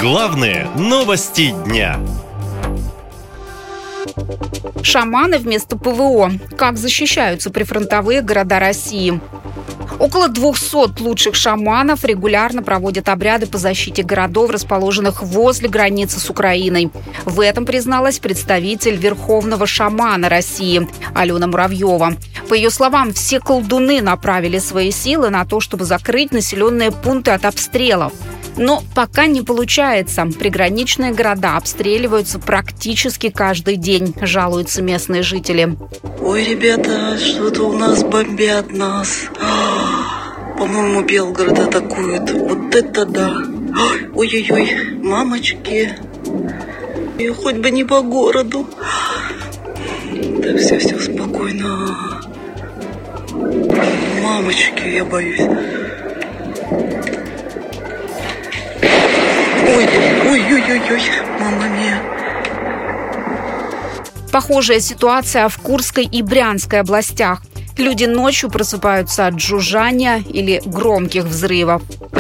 Главные новости дня. Шаманы вместо ПВО. Как защищаются прифронтовые города России? Около 200 лучших шаманов регулярно проводят обряды по защите городов, расположенных возле границы с Украиной. В этом призналась представитель Верховного шамана России Алена Муравьева. По ее словам, все колдуны направили свои силы на то, чтобы закрыть населенные пункты от обстрелов. Но пока не получается. Приграничные города обстреливаются практически каждый день, жалуются местные жители. Ой, ребята, что-то у нас бомбят нас. По-моему, Белгород атакуют. Вот это да. Ой-ой-ой, мамочки. И хоть бы не по городу. Так, все, спокойно. Мамочки, я боюсь. Ой-ой-ой, мама мия. Похожая ситуация в Курской и Брянской областях. Люди ночью просыпаются от жужжания или громких взрывов.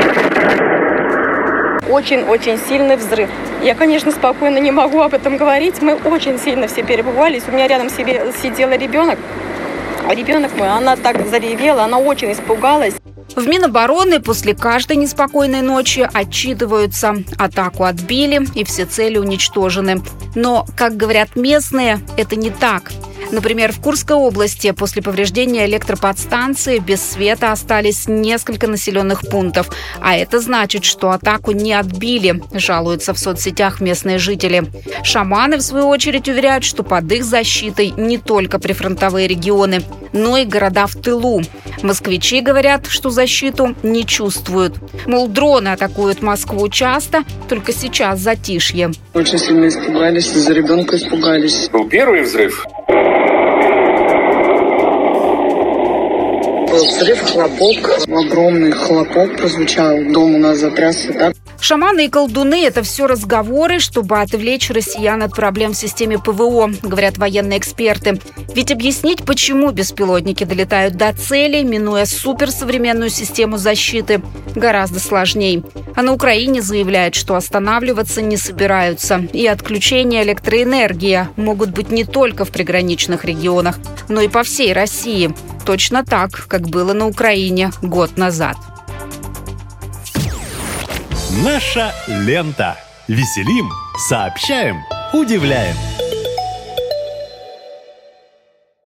Очень сильный взрыв. Я, конечно, спокойно не могу об этом говорить. Мы очень сильно все перепугались. У меня рядом сидела ребенок. А ребенок мой, она так заревела, она очень испугалась. В Минобороны после каждой неспокойной ночи отчитываются. Атаку отбили и все цели уничтожены. Но, как говорят местные, это не так. Например, в Курской области после повреждения электроподстанции без света остались несколько населенных пунктов. А это значит, что атаку не отбили, жалуются в соцсетях местные жители. Шаманы, в свою очередь, уверяют, что под их защитой не только прифронтовые регионы, но и города в тылу. Москвичи говорят, что защиту не чувствуют. Мол, дроны атакуют Москву часто, только сейчас затишье. Очень сильно испугались, за ребенка испугались. Был первый взрыв. Был взрыв, хлопок, огромный хлопок прозвучал, дом у нас затрясся так. Шаманы и колдуны – это все разговоры, чтобы отвлечь россиян от проблем в системе ПВО, говорят военные эксперты. Ведь объяснить, почему беспилотники долетают до цели, минуя суперсовременную систему защиты, гораздо сложнее. А на Украине заявляют, что останавливаться не собираются. И отключения электроэнергии могут быть не только в приграничных регионах, но и по всей России. Точно так, как было на Украине год назад. Наша лента. Веселим, сообщаем, удивляем.